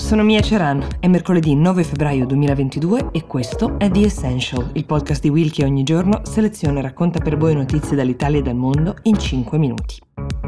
Sono Mia Ceran, è mercoledì 9 febbraio 2022 e questo è The Essential, il podcast di Will che ogni giorno seleziona e racconta per voi notizie dall'Italia e dal mondo in 5 minuti.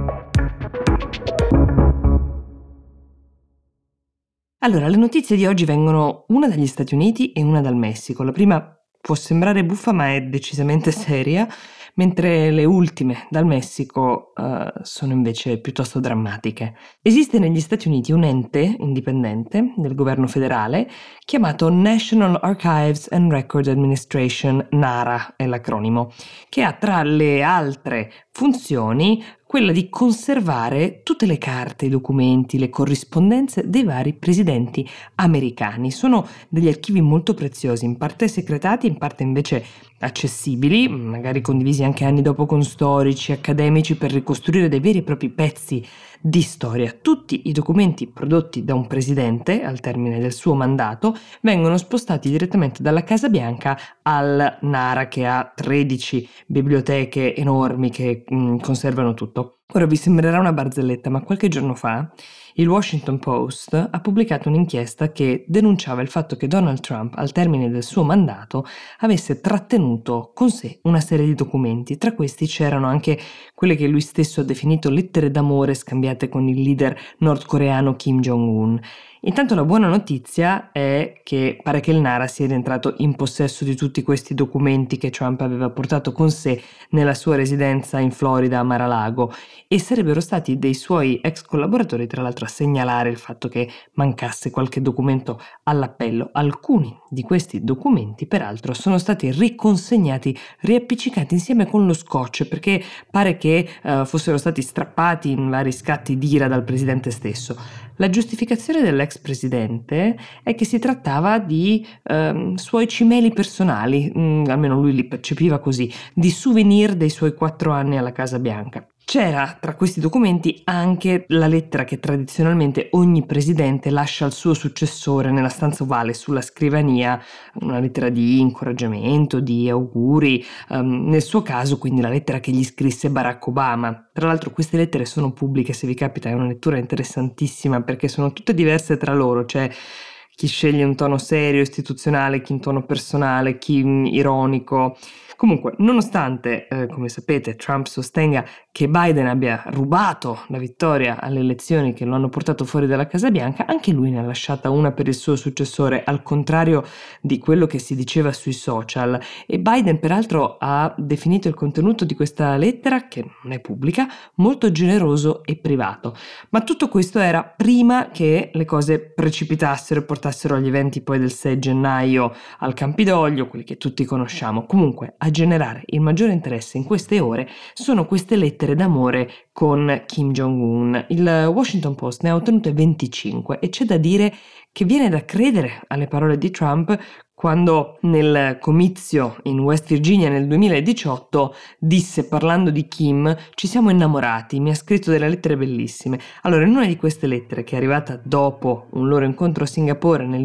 Allora, le notizie di oggi vengono una dagli Stati Uniti e una dal Messico. La prima può sembrare buffa ma è decisamente seria, mentre le ultime dal Messico sono invece piuttosto drammatiche. Esiste negli Stati Uniti un ente indipendente del governo federale chiamato National Archives and Record Administration, NARA è l'acronimo, che ha tra le altre funzioni quella di conservare tutte le carte, i documenti, le corrispondenze dei vari presidenti americani. Sono degli archivi molto preziosi, in parte secretati, in parte invece accessibili, magari condivisi anche anni dopo con storici, accademici, per ricostruire dei veri e propri pezzi di storia. Tutti i documenti prodotti da un presidente al termine del suo mandato vengono spostati direttamente dalla Casa Bianca al NARA, che ha 13 biblioteche enormi che conservano tutto. Ora vi sembrerà una barzelletta, ma qualche giorno fa il Washington Post ha pubblicato un'inchiesta che denunciava il fatto che Donald Trump, al termine del suo mandato, avesse trattenuto con sé una serie di documenti. Tra questi c'erano anche quelle che lui stesso ha definito lettere d'amore scambiate con il leader nordcoreano Kim Jong-un. Intanto la buona notizia è che pare che il NARA sia entrato in possesso di tutti questi documenti che Trump aveva portato con sé nella sua residenza in Florida a Mar-a-Lago, e sarebbero stati dei suoi ex collaboratori tra l'altro a segnalare il fatto che mancasse qualche documento all'appello. Alcuni di questi documenti peraltro sono stati riconsegnati, riappiccicati insieme con lo scotch, perché pare che fossero stati strappati in vari scatti d'ira dal presidente stesso. La giustificazione dell'ex presidente è che si trattava di suoi cimeli personali, almeno lui li percepiva così, di souvenir dei suoi 4 anni alla Casa Bianca. C'era tra questi documenti anche la lettera che tradizionalmente ogni presidente lascia al suo successore nella stanza ovale sulla scrivania, una lettera di incoraggiamento, di auguri, nel suo caso quindi la lettera che gli scrisse Barack Obama. Tra l'altro queste lettere sono pubbliche, se vi capita è una lettura interessantissima perché sono tutte diverse tra loro, c'è chi sceglie un tono serio, istituzionale, chi un tono personale, chi ironico. Comunque, nonostante, come sapete, Trump sostenga che Biden abbia rubato la vittoria alle elezioni che lo hanno portato fuori dalla Casa Bianca, anche lui ne ha lasciata una per il suo successore, al contrario di quello che si diceva sui social. E Biden, peraltro, ha definito il contenuto di questa lettera, che non è pubblica, molto generoso e privato. Ma tutto questo era prima che le cose precipitassero e portassero agli eventi poi del 6 gennaio al Campidoglio, quelli che tutti conosciamo. Comunque, a generare il maggiore interesse in queste ore sono queste lettere d'amore con Kim Jong-un. Il Washington Post ne ha ottenute 25 e c'è da dire che viene da credere alle parole di Trump quando nel comizio in West Virginia nel 2018 disse, parlando di Kim: ci siamo innamorati, mi ha scritto delle lettere bellissime. Allora, in una di queste lettere, che è arrivata dopo un loro incontro a Singapore nel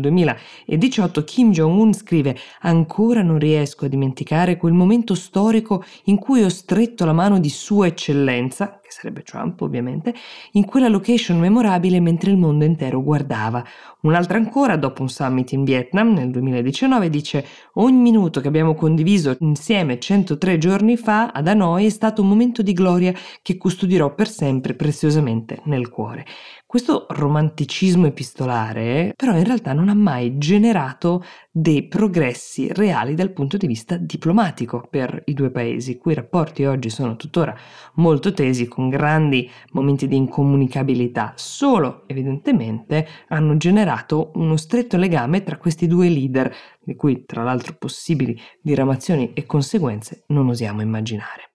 2018, Kim Jong-un scrive: ancora non riesco a dimenticare quel momento storico in cui ho stretto la mano di Sua Eccellenza, che sarebbe Trump ovviamente, in quella location memorabile mentre il mondo intero guardava. Un'altra ancora, dopo un summit in Vietnam nel 2019, dice: ogni minuto che abbiamo condiviso insieme 103 giorni fa ad Hanoi è stato un momento di gloria che custodirò per sempre preziosamente nel cuore. Questo romanticismo epistolare però in realtà non ha mai generato dei progressi reali dal punto di vista diplomatico per i due paesi, i cui rapporti oggi sono tuttora molto tesi, con grandi momenti di incomunicabilità. Solo evidentemente hanno generato uno stretto legame tra questi due leader, di cui tra l'altro possibili diramazioni e conseguenze non osiamo immaginare.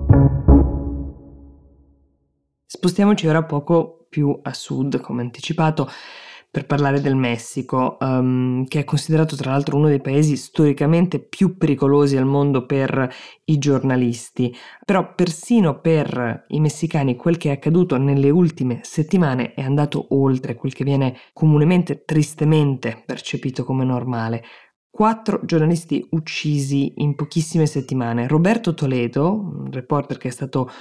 Spostiamoci ora poco più a sud, come anticipato, per parlare del Messico, che è considerato tra l'altro uno dei paesi storicamente più pericolosi al mondo per i giornalisti. Però persino per i messicani quel che è accaduto nelle ultime settimane è andato oltre quel che viene comunemente tristemente percepito come normale. 4 giornalisti uccisi in pochissime settimane. Roberto Toledo, un reporter che è stato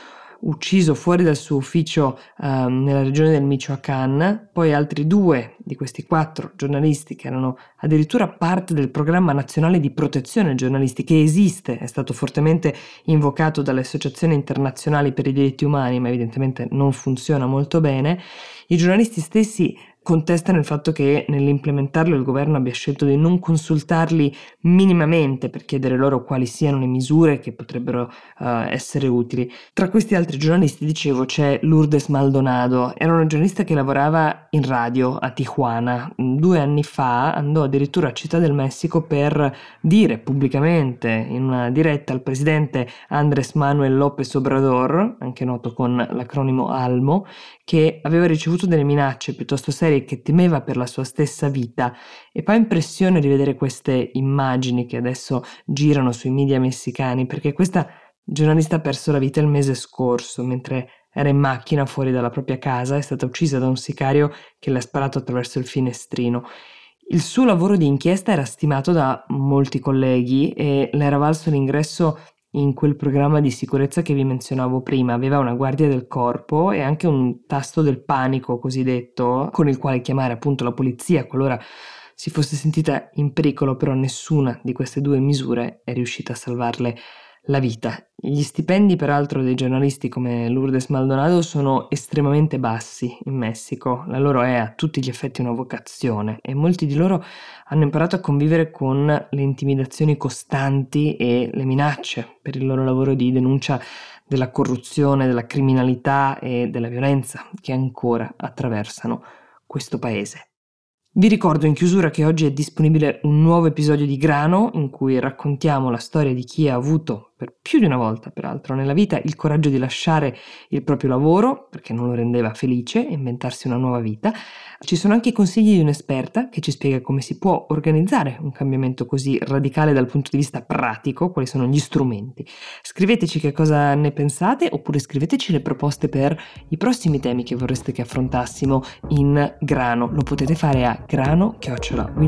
ucciso fuori dal suo ufficio nella regione del Michoacán. Poi altri 2 di questi 4 giornalisti, che erano addirittura parte del programma nazionale di protezione ai giornalisti, che esiste, è stato fortemente invocato dalle associazioni internazionali per i diritti umani, ma evidentemente non funziona molto bene. I giornalisti stessi contestano il fatto che nell'implementarlo il governo abbia scelto di non consultarli minimamente per chiedere loro quali siano le misure che potrebbero essere utili. Tra questi altri giornalisti, dicevo, c'è Lourdes Maldonado. Era una giornalista che lavorava in radio a Tijuana. 2 anni fa andò addirittura a Città del Messico per dire pubblicamente in una diretta al presidente Andrés Manuel López Obrador, anche noto con l'acronimo ALMO, che aveva ricevuto delle minacce piuttosto serie, che temeva per la sua stessa vita. E fa impressione rivedere queste immagini che adesso girano sui media messicani, perché questa giornalista ha perso la vita il mese scorso mentre era in macchina fuori dalla propria casa. È stata uccisa da un sicario che le ha sparato attraverso il finestrino. Il suo lavoro di inchiesta era stimato da molti colleghi e le era valso l'ingresso in quel programma di sicurezza che vi menzionavo prima. Aveva una guardia del corpo e anche un tasto del panico cosiddetto, con il quale chiamare appunto la polizia qualora si fosse sentita in pericolo, però nessuna di queste 2 misure è riuscita a salvarle la vita. Gli stipendi, peraltro, dei giornalisti come Lourdes Maldonado sono estremamente bassi in Messico. La loro è a tutti gli effetti una vocazione e molti di loro hanno imparato a convivere con le intimidazioni costanti e le minacce per il loro lavoro di denuncia della corruzione, della criminalità e della violenza che ancora attraversano questo paese. Vi ricordo in chiusura che oggi è disponibile un nuovo episodio di Grano in cui raccontiamo la storia di chi ha avuto, per più di una volta peraltro nella vita, il coraggio di lasciare il proprio lavoro perché non lo rendeva felice e inventarsi una nuova vita. Ci sono anche i consigli di un'esperta che ci spiega come si può organizzare un cambiamento così radicale dal punto di vista pratico, quali sono gli strumenti. Scriveteci che cosa ne pensate, oppure scriveteci le proposte per i prossimi temi che vorreste che affrontassimo in Grano. Lo potete fare a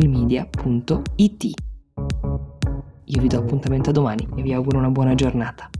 grano@willmedia.it. Io vi do appuntamento a domani e vi auguro una buona giornata.